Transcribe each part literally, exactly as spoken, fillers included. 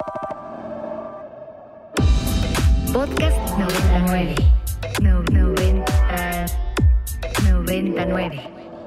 Podcast noventa y nueve. No, noventa, noventa y nueve.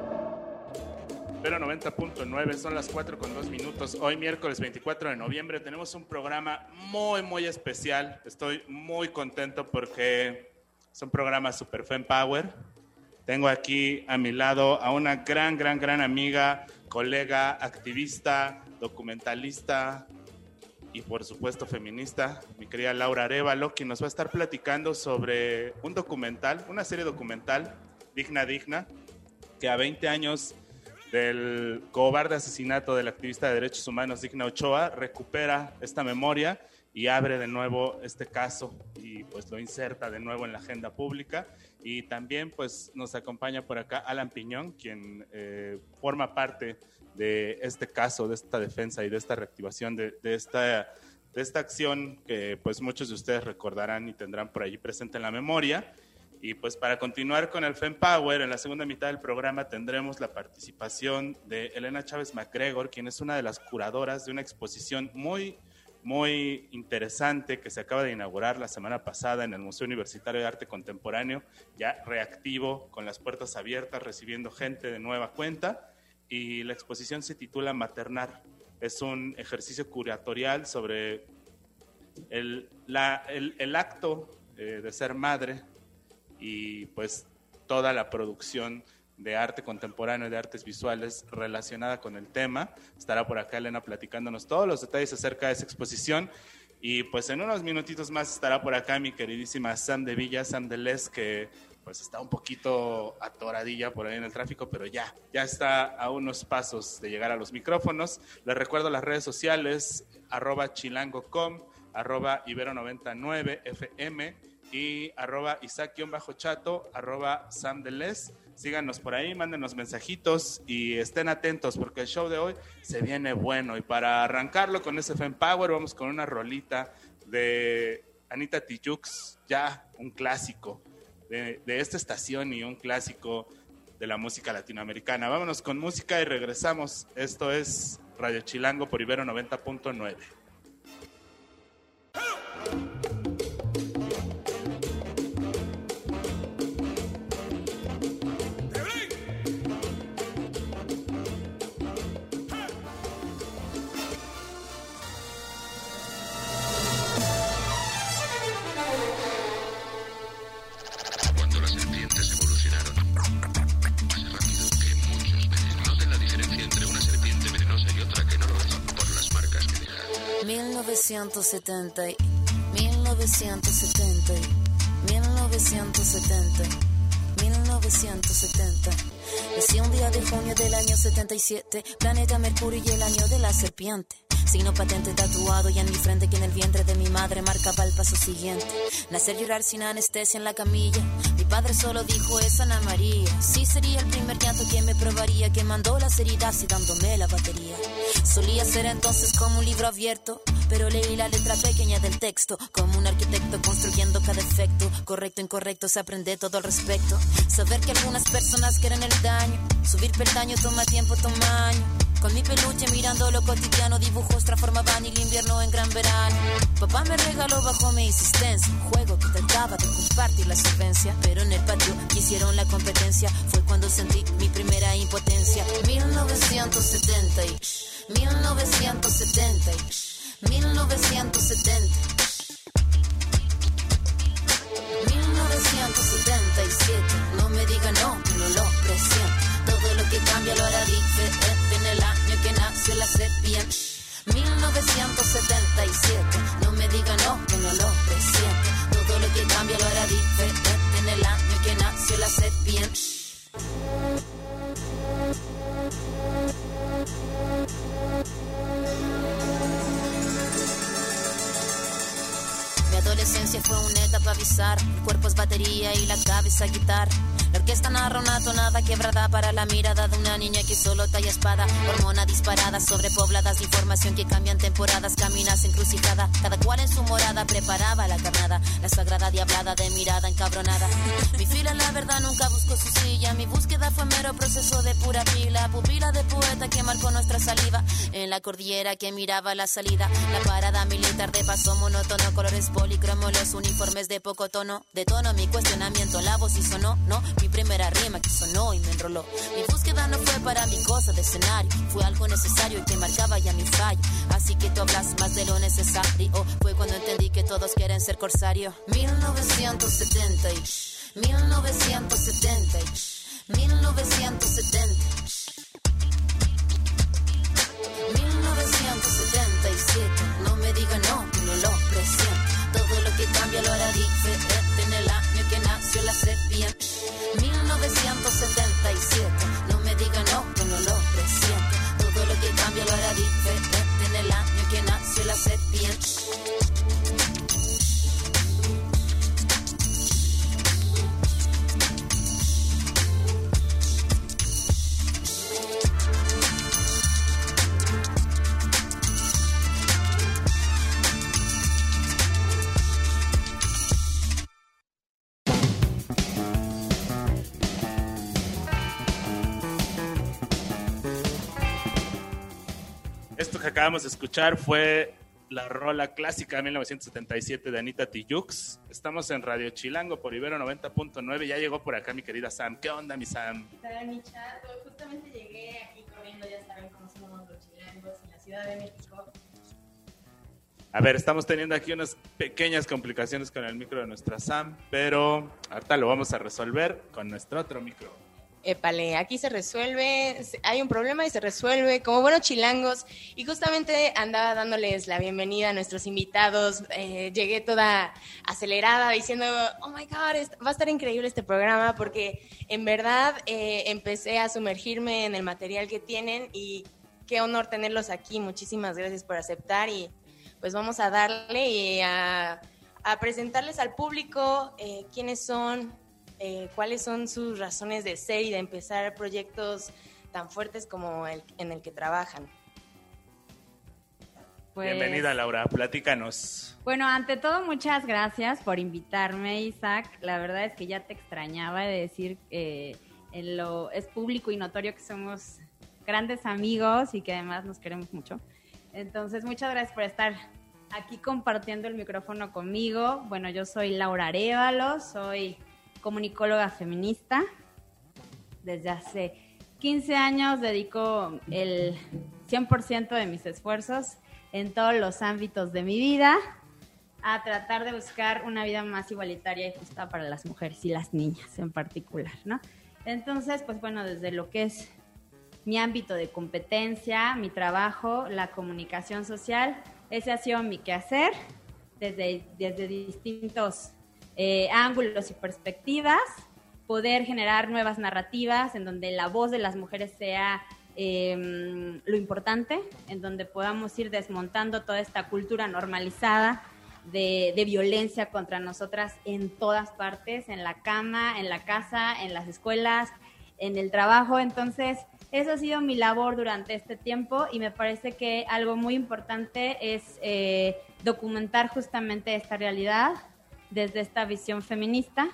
Pero noventa punto nueve, son las cuatro con dos minutos. Hoy miércoles veinticuatro de noviembre tenemos un programa muy muy especial. Estoy muy contento porque es un programa Super Fempower. Tengo aquí a mi lado a una gran, gran, gran amiga, colega, activista, documentalista y por supuesto feminista, mi querida Laura Arévalo, quien nos va a estar platicando sobre un documental, una serie documental, Digna Digna, que a veinte años del cobarde asesinato del activista de derechos humanos Digna Ochoa recupera esta memoria y abre de nuevo este caso y pues lo inserta de nuevo en la agenda pública. Y también pues nos acompaña por acá Alan Piñón, quien eh, forma parte de este caso, de esta defensa y de esta reactivación de, de, esta, de esta acción que pues muchos de ustedes recordarán y tendrán por allí presente en la memoria. Y pues para continuar con el Fempower, en la segunda mitad del programa tendremos la participación de Elena Chávez MacGregor, quien es una de las curadoras de una exposición muy, muy interesante que se acaba de inaugurar la semana pasada en el Museo Universitario de Arte Contemporáneo, ya reactivo, con las puertas abiertas, recibiendo gente de nueva cuenta. Y la exposición se titula Maternar. Es un ejercicio curatorial sobre el, la, el, el acto eh, de ser madre y pues toda la producción de arte contemporáneo y de artes visuales relacionada con el tema. Estará por acá Elena platicándonos todos los detalles acerca de esa exposición. Y pues en unos minutitos más estará por acá mi queridísima Sam de Villa, Sam de Les, que pues está un poquito atoradilla por ahí en el tráfico, pero ya, ya está a unos pasos de llegar a los micrófonos. Les recuerdo las redes sociales, arroba chilango.com, arroba ibero noventa y nueve F M y arroba isaac-chato, arroba Sam de Les. Síganos por ahí, mándenos mensajitos y estén atentos porque el show de hoy se viene bueno. Y para arrancarlo con ese Fempower, vamos con una rolita de Anita Tijoux, ya un clásico de, de esta estación y un clásico de la música latinoamericana. Vámonos con música y regresamos. Esto es Radio Chilango por Ibero noventa punto nueve. mil novecientos setenta, mil novecientos setenta, mil novecientos setenta, mil novecientos setenta. Nací un día de junio del año setenta y siete, planeta Mercurio y el año de la serpiente. Signo patente tatuado y en mi frente que en el vientre de mi madre marcaba el paso siguiente. Nacer, llorar sin anestesia en la camilla. Mi padre solo dijo es Ana María. Sí sería el primer llanto que me probaría, que mandó las heridas y dándome la batería. Solía ser entonces como un libro abierto, pero leí la letra pequeña del texto. Como un arquitecto construyendo cada efecto. Correcto, incorrecto, se aprende todo al respecto. Saber que algunas personas quieren el daño. Subir peldaño toma tiempo, toma año. Con mi peluche mirando lo cotidiano, dibujos transformaban el invierno en gran verano. Papá me regaló bajo mi insistencia un juego que trataba de compartir la solvencia, pero en el patio quisieron la competencia. Fue cuando sentí mi primera impotencia. mil novecientos setenta y mil novecientos setenta y mil novecientos setenta, mil novecientos setenta y siete. No me digan no, que no lo presiento. Todo lo que cambia lo hará diferente en el año que nació la serpiente. mil novecientos setenta y siete. No me digan no, que no lo presiento. Todo lo que cambia lo hará diferente en el año que nació la serpiente. Mi adolescencia fue una etapa bizarra. El cuerpo es batería y la cabeza guitarra. La orquesta narra una tonada quebrada para la mirada de una niña que solo talla espada. Hormona disparada, sobrepobladas de información que cambian temporadas. Caminas encrucijada, cada cual en su morada. Preparaba la carnada, la sagrada diablada de mirada encabronada. Mi fila la verdad nunca buscó su silla. Mi búsqueda fue mero proceso de pura pila. Pupila de poeta que marcó nuestra saliva. En la cordillera que miraba la salida. La parada militar de paso monótono. Colores policromos, los uniformes de poco tono. De tono mi cuestionamiento, la voz y sonó, no. Mi primera rima que sonó y me enroló. Mi búsqueda no fue para mi cosa de escenario. Fue algo necesario y que marcaba ya mi fallo. Así que tú hablas más de lo necesario. Fue cuando entendí que todos quieren ser corsario. mil novecientos setenta y mil novecientos setenta y mil novecientos setenta mil novecientos setenta y siete. No me diga no, no lo presiento. Todo lo que cambia lo hará diferente en el año que nació la serpiente. mil novecientos setenta y siete. No me diga no, que no lo presiento. Todo lo que cambia lo hará diferente en el año que nació la serpiente. Esto que acabamos de escuchar fue la rola clásica de mil novecientos setenta y siete de Anita Tijoux. Estamos en Radio Chilango por Ibero noventa punto nueve. Ya llegó por acá mi querida Sam. ¿Qué onda, mi Sam? ¿Qué tal, mi chat? Justamente llegué aquí corriendo, ya saben cómo somos los chilangos en la Ciudad de México. A ver, estamos teniendo aquí unas pequeñas complicaciones con el micro de nuestra Sam, pero ahorita lo vamos a resolver con nuestro otro micro. Épale, aquí se resuelve, hay un problema y se resuelve como buenos chilangos, y justamente andaba dándoles la bienvenida a nuestros invitados. Eh, llegué toda acelerada diciendo, oh my God, va a estar increíble este programa, porque en verdad eh, empecé a sumergirme en el material que tienen y qué honor tenerlos aquí. Muchísimas gracias por aceptar, y pues vamos a darle y a, a presentarles al público eh, quiénes son, Eh, cuáles son sus razones de ser y de empezar proyectos tan fuertes como el en el que trabajan. Pues, bienvenida, Laura, platícanos. Bueno, ante todo, muchas gracias por invitarme, Isaac. La verdad es que ya te extrañaba de decir que eh, lo, es público y notorio que somos grandes amigos y que además nos queremos mucho. Entonces, muchas gracias por estar aquí compartiendo el micrófono conmigo. Bueno, yo soy Laura Arévalo, soy comunicóloga feminista. Desde hace quince años dedico el cien por ciento de mis esfuerzos en todos los ámbitos de mi vida a tratar de buscar una vida más igualitaria y justa para las mujeres y las niñas en particular, ¿no? Entonces, pues bueno, desde lo que es mi ámbito de competencia, mi trabajo, la comunicación social, ese ha sido mi quehacer desde, desde distintos Eh, ángulos y perspectivas, poder generar nuevas narrativas en donde la voz de las mujeres sea eh, lo importante, en donde podamos ir desmontando toda esta cultura normalizada de, de violencia contra nosotras en todas partes, en la cama, en la casa, en las escuelas, en el trabajo. Entonces, eso ha sido mi labor durante este tiempo, y me parece que algo muy importante es eh, documentar justamente esta realidad desde esta visión feminista,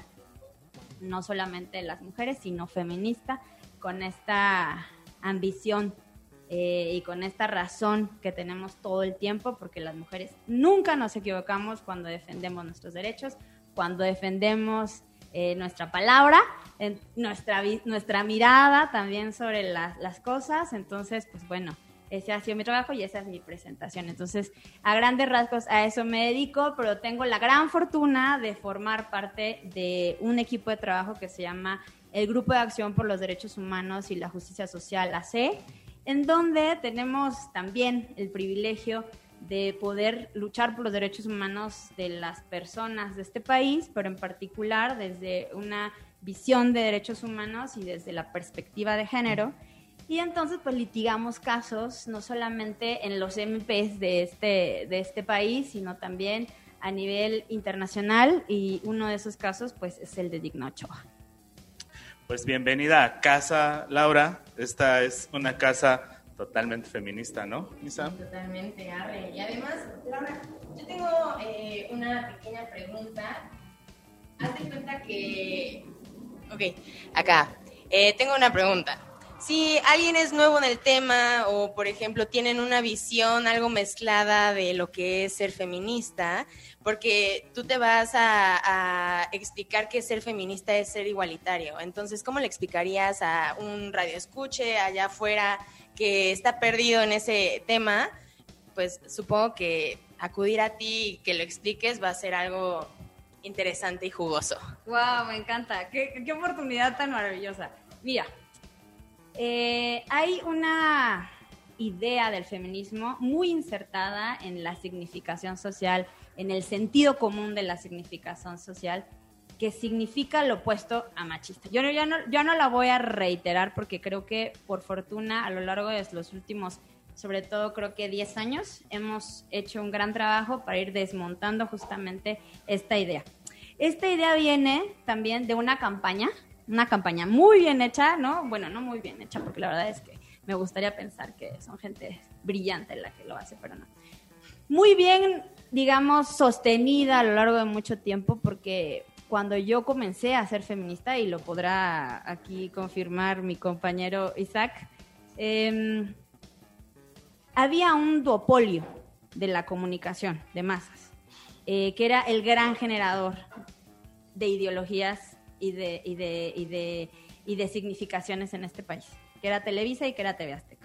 no solamente de las mujeres, sino feminista, con esta ambición eh, y con esta razón que tenemos todo el tiempo, porque las mujeres nunca nos equivocamos cuando defendemos nuestros derechos, cuando defendemos eh, nuestra palabra, en nuestra, nuestra mirada también sobre la, las cosas. Entonces, pues bueno, ese ha sido mi trabajo y esa es mi presentación. Entonces, a grandes rasgos a eso me dedico, pero tengo la gran fortuna de formar parte de un equipo de trabajo que se llama el Grupo de Acción por los Derechos Humanos y la Justicia Social, A C E, en donde tenemos también el privilegio de poder luchar por los derechos humanos de las personas de este país, pero en particular desde una visión de derechos humanos y desde la perspectiva de género. Y entonces pues litigamos casos no solamente en los M Pes de este, de este país, sino también a nivel internacional, y uno de esos casos pues es el de Digna Ochoa. Pues bienvenida a casa, Laura. Esta es una casa totalmente feminista, ¿no, Isa? Totalmente, Arre. Y además, Laura, yo tengo eh, una pequeña pregunta. Haz de cuenta que... Ok, acá. Eh, tengo una pregunta. Si alguien es nuevo en el tema o, por ejemplo, tienen una visión algo mezclada de lo que es ser feminista, porque tú te vas a, a explicar que ser feminista es ser igualitario. Entonces, ¿cómo le explicarías a un radioescuche allá afuera que está perdido en ese tema? Pues supongo que acudir a ti y que lo expliques va a ser algo interesante y jugoso. Wow, me encanta. Qué, qué oportunidad tan maravillosa. Mira, eh, hay una idea del feminismo muy insertada en la significación social, en el sentido común de la significación social, que significa lo opuesto a machista. Yo no, ya no, yo no la voy a reiterar porque creo que, por fortuna, a lo largo de los últimos, sobre todo creo que diez años, hemos hecho un gran trabajo para ir desmontando justamente esta idea. Esta idea viene también de una campaña, una campaña muy bien hecha, ¿no? Bueno, no muy bien hecha, porque la verdad es que me gustaría pensar que son gente brillante la que lo hace, pero no. Muy bien, digamos, sostenida a lo largo de mucho tiempo, porque cuando yo comencé a ser feminista, y lo podrá aquí confirmar mi compañero Isaac, eh, había un duopolio de la comunicación de masas, eh, que era el gran generador de ideologías y de, y, de, y, de, y de significaciones en este país, que era Televisa y que era T V Azteca.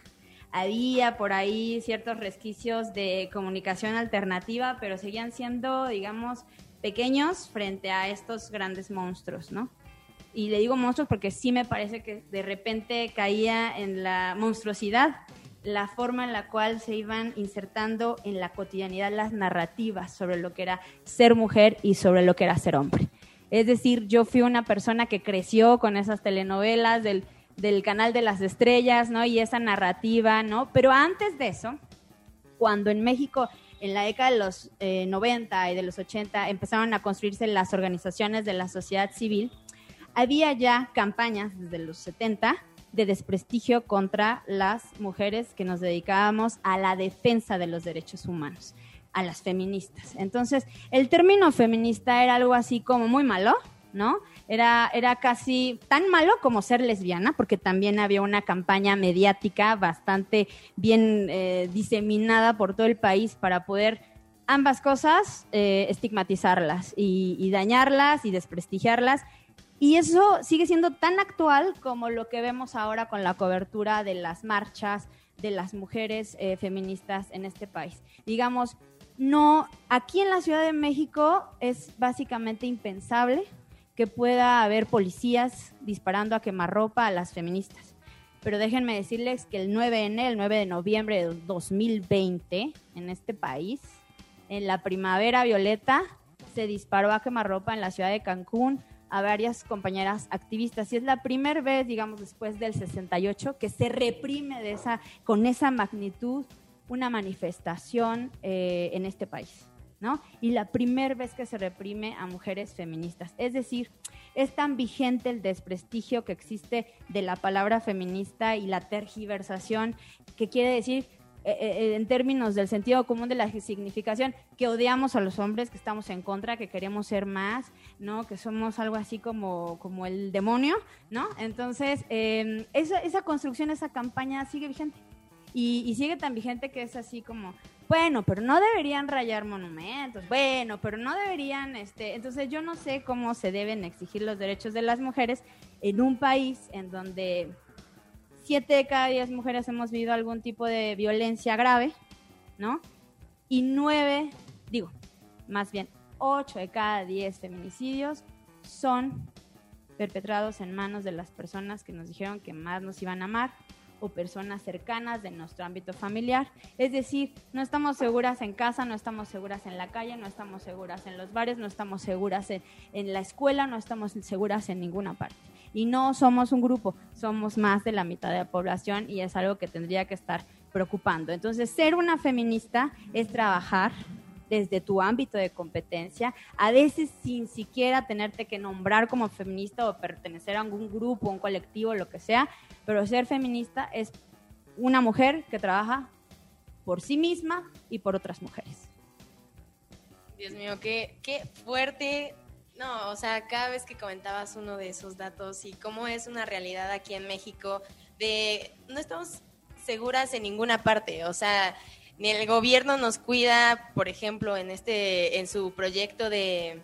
Había por ahí ciertos resquicios de comunicación alternativa, pero seguían siendo, digamos, pequeños frente a estos grandes monstruos, ¿no? Y le digo monstruos porque sí me parece que de repente caía en la monstruosidad la forma en la cual se iban insertando en la cotidianidad las narrativas sobre lo que era ser mujer y sobre lo que era ser hombre. Es decir, yo fui una persona que creció con esas telenovelas del, del Canal de las Estrellas, ¿no? Y esa narrativa, ¿no? Pero antes de eso, cuando en México, en la década de los eh, noventa y de los ochenta, empezaron a construirse las organizaciones de la sociedad civil, había ya campañas desde los setenta de desprestigio contra las mujeres que nos dedicábamos a la defensa de los derechos humanos, a las feministas. Entonces, el término feminista era algo así como muy malo, ¿no? Era, era casi tan malo como ser lesbiana, porque también había una campaña mediática bastante bien eh, diseminada por todo el país para poder ambas cosas eh, estigmatizarlas y, y dañarlas y desprestigiarlas. Y eso sigue siendo tan actual como lo que vemos ahora con la cobertura de las marchas de las mujeres eh, feministas en este país. Digamos, no, aquí en la Ciudad de México es básicamente impensable que pueda haber policías disparando a quemarropa a las feministas. Pero déjenme decirles que el nueve de enero, el nueve de noviembre de dos mil veinte, en este país, en la primavera violeta, se disparó a quemarropa en la ciudad de Cancún a varias compañeras activistas, y es la primera vez, digamos, después del sesenta y ocho, que se reprime de esa, con esa magnitud una manifestación eh, en este país, ¿no? Y la primera vez que se reprime a mujeres feministas. Es decir, es tan vigente el desprestigio que existe de la palabra feminista y la tergiversación, que quiere decir, eh, en términos del sentido común de la significación, que odiamos a los hombres, que estamos en contra, que queremos ser más, ¿no? Que somos algo así como, como el demonio, ¿no? Entonces, eh, esa, esa construcción, esa campaña sigue vigente. Y, y sigue tan vigente que es así como, bueno, pero no deberían rayar monumentos, bueno, pero no deberían, este, entonces yo no sé cómo se deben exigir los derechos de las mujeres en un país en donde siete de cada diez mujeres hemos vivido algún tipo de violencia grave, ¿no? Y nueve, digo, más bien ocho de cada diez feminicidios son perpetrados en manos de las personas que nos dijeron que más nos iban a amar, o personas cercanas de nuestro ámbito familiar. Es decir, no estamos seguras en casa, no estamos seguras en la calle, no estamos seguras en los bares, no estamos seguras en, en la escuela, no estamos seguras en ninguna parte. Y no somos un grupo, somos más de la mitad de la población, y es algo que tendría que estar preocupando. Entonces, ser una feminista es trabajar desde tu ámbito de competencia, a veces sin siquiera tenerte que nombrar como feminista o pertenecer a algún grupo, un colectivo, lo que sea, pero ser feminista es una mujer que trabaja por sí misma y por otras mujeres. Dios mío, qué, qué fuerte. No, o sea, cada vez que comentabas uno de esos datos y cómo es una realidad aquí en México, de no estamos seguras en ninguna parte, o sea, ni el gobierno nos cuida, por ejemplo, en este, en su proyecto de,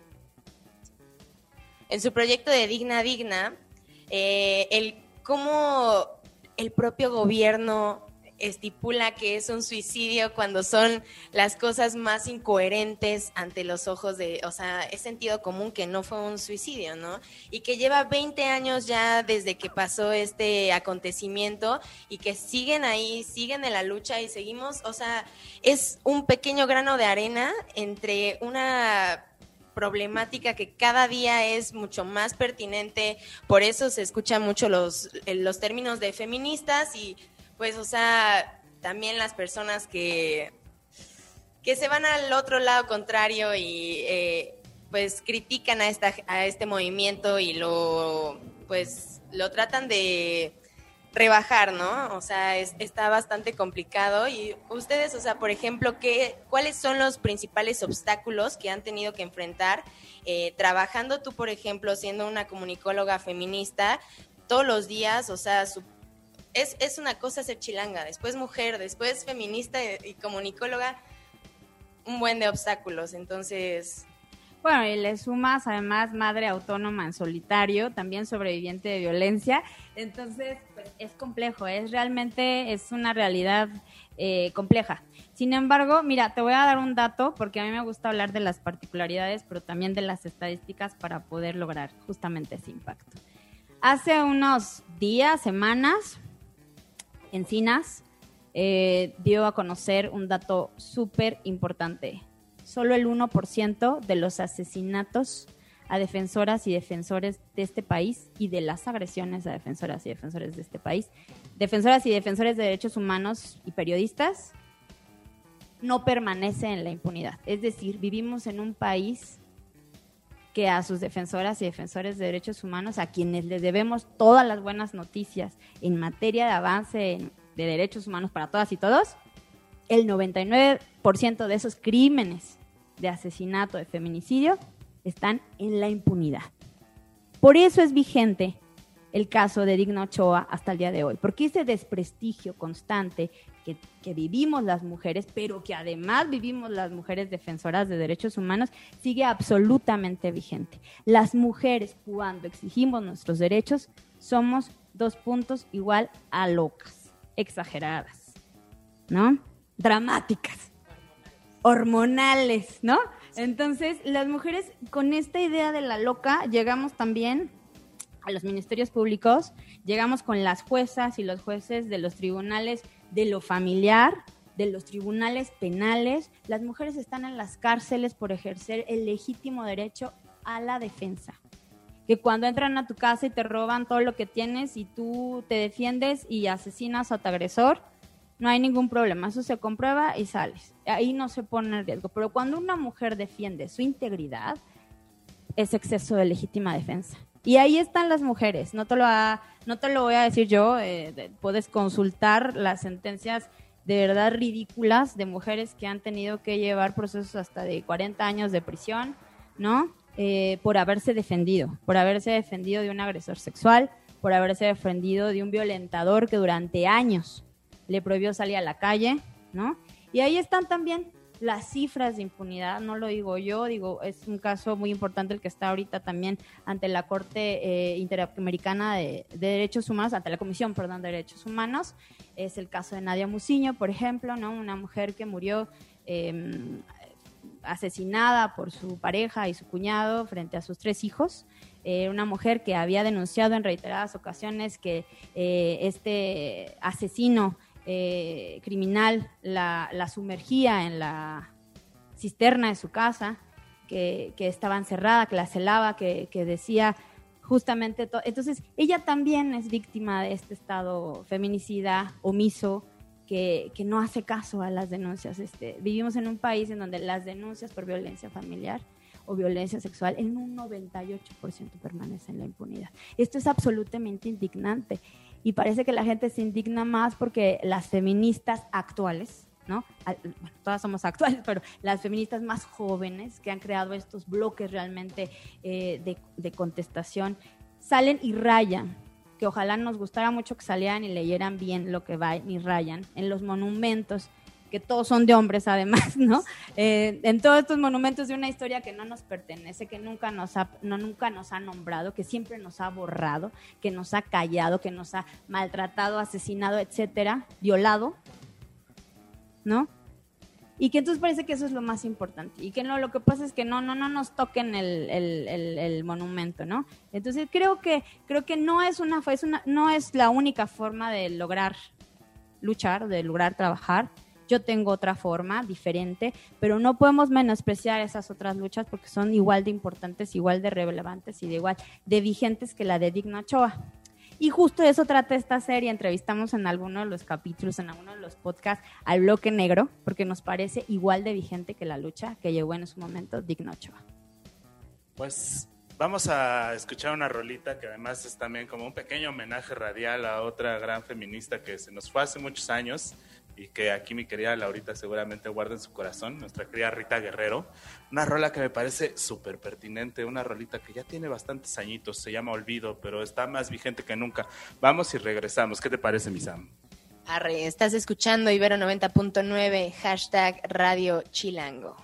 en su proyecto de Digna Digna, eh, el cómo el propio gobierno estipula que es un suicidio cuando son las cosas más incoherentes ante los ojos de, o sea, es sentido común que no fue un suicidio, ¿no? Y que lleva veinte años ya desde que pasó este acontecimiento y que siguen ahí, siguen en la lucha y seguimos, o sea, es un pequeño grano de arena entre una problemática que cada día es mucho más pertinente, por eso se escuchan mucho los, los términos de feministas y pues, o sea, también las personas que, que se van al otro lado contrario y eh, pues critican a esta a este movimiento y lo pues lo tratan de rebajar, ¿no? O sea, es, está bastante complicado. Y ustedes, o sea, por ejemplo, ¿qué, ¿cuáles son los principales obstáculos que han tenido que enfrentar eh, trabajando tú, por ejemplo, siendo una comunicóloga feminista todos los días? O sea, su Es, es una cosa ser chilanga, después mujer, después feminista y comunicóloga, un buen de obstáculos, entonces... Bueno, y le sumas además madre autónoma en solitario, también sobreviviente de violencia, entonces pues, es complejo, es realmente es una realidad eh, compleja. Sin embargo, mira, te voy a dar un dato, porque a mí me gusta hablar de las particularidades, pero también de las estadísticas para poder lograr justamente ese impacto. Hace unos días, semanas... Encinas eh, dio a conocer un dato súper importante. Solo el uno por ciento de los asesinatos a defensoras y defensores de este país y de las agresiones a defensoras y defensores de este país, defensoras y defensores de derechos humanos y periodistas, no permanece en la impunidad. Es decir, vivimos en un país que a sus defensoras y defensores de derechos humanos, a quienes les debemos todas las buenas noticias en materia de avance en, de derechos humanos para todas y todos, el noventa y nueve por ciento de esos crímenes de asesinato, de feminicidio, están en la impunidad. Por eso es vigente el caso de Digna Ochoa hasta el día de hoy, porque ese desprestigio constante que, que vivimos las mujeres, pero que además vivimos las mujeres defensoras de derechos humanos, sigue absolutamente vigente. Las mujeres, cuando exigimos nuestros derechos, somos dos puntos igual a locas, exageradas, ¿no? Dramáticas, hormonales, ¿no? Entonces, las mujeres con esta idea de la loca llegamos también a los ministerios públicos, llegamos con las juezas y los jueces de los tribunales de lo familiar, de los tribunales penales. Las mujeres están en las cárceles por ejercer el legítimo derecho a la defensa. Que cuando entran a tu casa y te roban todo lo que tienes y tú te defiendes y asesinas a tu agresor, no hay ningún problema, eso se comprueba y sales. Ahí no se pone en riesgo. Pero cuando una mujer defiende su integridad, es exceso de legítima defensa. Y ahí están las mujeres, no te lo, ha, no te lo voy a decir yo, eh, de, puedes consultar las sentencias de verdad ridículas de mujeres que han tenido que llevar procesos hasta de cuarenta años de prisión, ¿no? Eh, por haberse defendido, por haberse defendido de un agresor sexual, por haberse defendido de un violentador que durante años le prohibió salir a la calle, ¿no? Y ahí están también las cifras de impunidad, no lo digo yo, digo, es un caso muy importante el que está ahorita también ante la Corte eh, Interamericana de, de Derechos Humanos, ante la Comisión, perdón, de Derechos Humanos, es el caso de Nadia Muciño, por ejemplo, ¿no? Una mujer que murió eh, asesinada por su pareja y su cuñado frente a sus tres hijos, eh, una mujer que había denunciado en reiteradas ocasiones que eh, este asesino Eh, criminal la, la sumergía en la cisterna de su casa, que, que estaba encerrada, que la celaba, que, que decía justamente todo. Entonces ella también es víctima de este estado feminicida, omiso, que, que no hace caso a las denuncias. Este, vivimos en un país en donde las denuncias por violencia familiar o violencia sexual en un noventa y ocho por ciento permanece en la impunidad. Esto es absolutamente indignante y parece que la gente se indigna más porque las feministas actuales, ¿no? Bueno, todas somos actuales, pero las feministas más jóvenes que han creado estos bloques realmente eh, de, de contestación salen y rayan, que ojalá nos gustara mucho que salieran y leyeran bien lo que va y rayan en los monumentos, que todos son de hombres además, ¿no? Eh, en todos estos monumentos de una historia que no nos pertenece, que nunca nos ha, no, nunca nos ha nombrado, que siempre nos ha borrado, que nos ha callado, que nos ha maltratado, asesinado, etcétera, violado, ¿no? Y que entonces parece que eso es lo más importante y que no, lo que pasa es que no, no, no nos toquen el, el, el, el monumento, ¿no? Entonces creo que, creo que no es una, es una, no es la única forma de lograr luchar, de lograr trabajar. Yo tengo otra forma, diferente, pero no podemos menospreciar esas otras luchas porque son igual de importantes, igual de relevantes y de igual de vigentes que la de Digna Ochoa. Y justo de eso trata esta serie. Entrevistamos en alguno de los capítulos, en alguno de los podcasts, al Bloque Negro, porque nos parece igual de vigente que la lucha que llevó en su momento Digna Ochoa. Pues vamos a escuchar una rolita que además es también como un pequeño homenaje radial a otra gran feminista que se nos fue hace muchos años y que aquí mi querida Laurita seguramente guarda en su corazón, nuestra querida Rita Guerrero. Una rola que me parece súper pertinente, una rolita que ya tiene bastantes añitos, se llama Olvido, pero está más vigente que nunca. Vamos y regresamos. ¿Qué te parece, mi Sam? Arre, estás escuchando Ibero noventa punto nueve, hashtag Radio Chilango.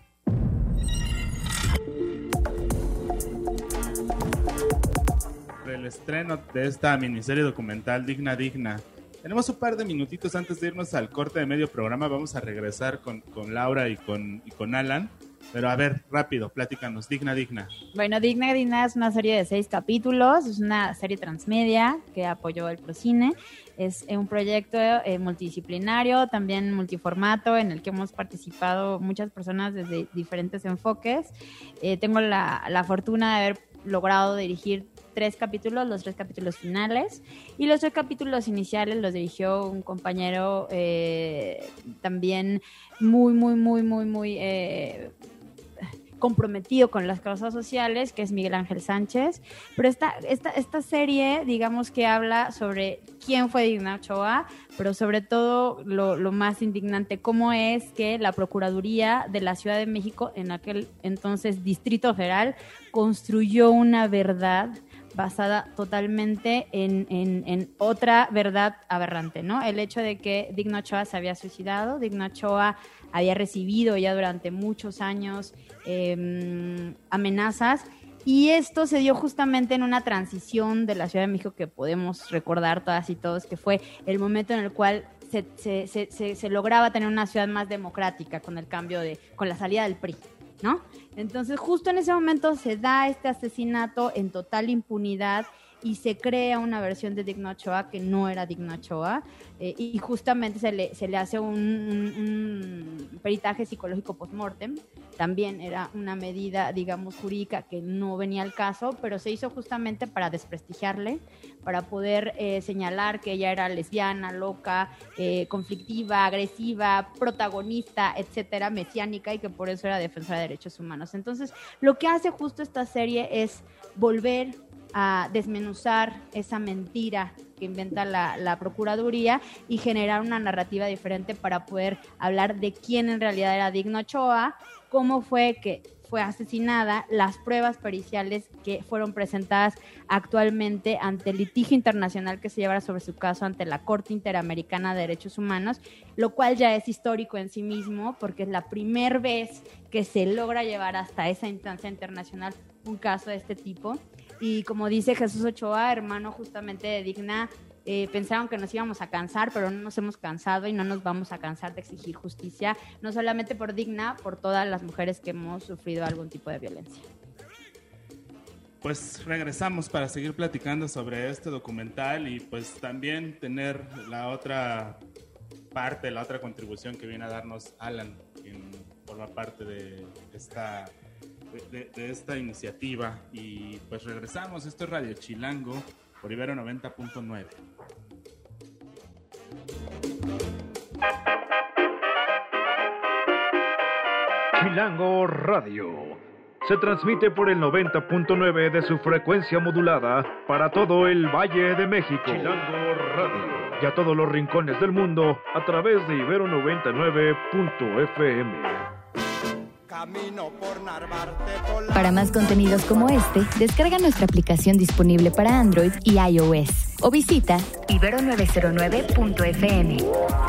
El estreno de esta miniserie documental Digna Digna. Tenemos un par de minutitos antes de irnos al corte de medio programa. Vamos a regresar con, con Laura y con, y con Alan. Pero a ver, rápido, platícanos. Digna Digna. Bueno, Digna Digna es una serie de seis capítulos. Es una serie transmedia que apoyó el Procine. Es un proyecto eh, multidisciplinario, también multiformato, en el que hemos participado muchas personas desde diferentes enfoques. Eh, tengo la, la fortuna de haber logrado dirigir tres capítulos, los tres capítulos finales, y los tres capítulos iniciales los dirigió un compañero eh, también muy, muy, muy, muy, muy eh, comprometido con las causas sociales, que es Miguel Ángel Sánchez. Pero esta, esta, esta serie, digamos que habla sobre quién fue Digna Ochoa, pero sobre todo lo, lo más indignante, cómo es que la Procuraduría de la Ciudad de México, en aquel entonces Distrito Federal, construyó una verdad basada totalmente en, en, en otra verdad aberrante, ¿no? El hecho de que Digna Ochoa se había suicidado, Digna Ochoa había recibido ya durante muchos años eh, amenazas, y esto se dio justamente en una transición de la Ciudad de México que podemos recordar todas y todos, que fue el momento en el cual se, se, se, se, se lograba tener una ciudad más democrática con el cambio de, con la salida del P R I, ¿no? Entonces justo en ese momento se da este asesinato en total impunidad y se crea una versión de Digna Ochoa que no era Digna Ochoa, eh, y justamente se le, se le hace un, un, un peritaje psicológico post-mortem. También era una medida, digamos, jurídica que no venía al caso, pero se hizo justamente para desprestigiarle, para poder eh, señalar que ella era lesbiana, loca, eh, conflictiva, agresiva, protagonista, etcétera, mesiánica, y que por eso era defensora de derechos humanos. Entonces, lo que hace justo esta serie es volver a desmenuzar esa mentira que inventa la, la Procuraduría y generar una narrativa diferente para poder hablar de quién en realidad era Digna Ochoa, cómo fue que fue asesinada, las pruebas periciales que fueron presentadas actualmente ante el litigio internacional que se llevará sobre su caso ante la Corte Interamericana de Derechos Humanos, lo cual ya es histórico en sí mismo porque es la primera vez que se logra llevar hasta esa instancia internacional un caso de este tipo. Y como dice Jesús Ochoa, hermano justamente de Digna, eh, pensaron que nos íbamos a cansar, pero no nos hemos cansado y no nos vamos a cansar de exigir justicia, no solamente por Digna, por todas las mujeres que hemos sufrido algún tipo de violencia. Pues regresamos para seguir platicando sobre este documental y pues también tener la otra parte, la otra contribución que viene a darnos Alan, quien forma parte de esta... De, de esta iniciativa. Y pues regresamos. Esto es Radio Chilango por Ibero noventa punto nueve. Chilango Radio. Se transmite por el noventa punto nueve de su frecuencia modulada para todo el Valle de México. Chilango Radio. Y a todos los rincones del mundo a través de Ibero noventa y nueve punto efe eme. Camino por Narvarte, por la... Para más contenidos como este, descarga nuestra aplicación disponible para Android y iOS o visita ibero novecientos nueve punto efe eme.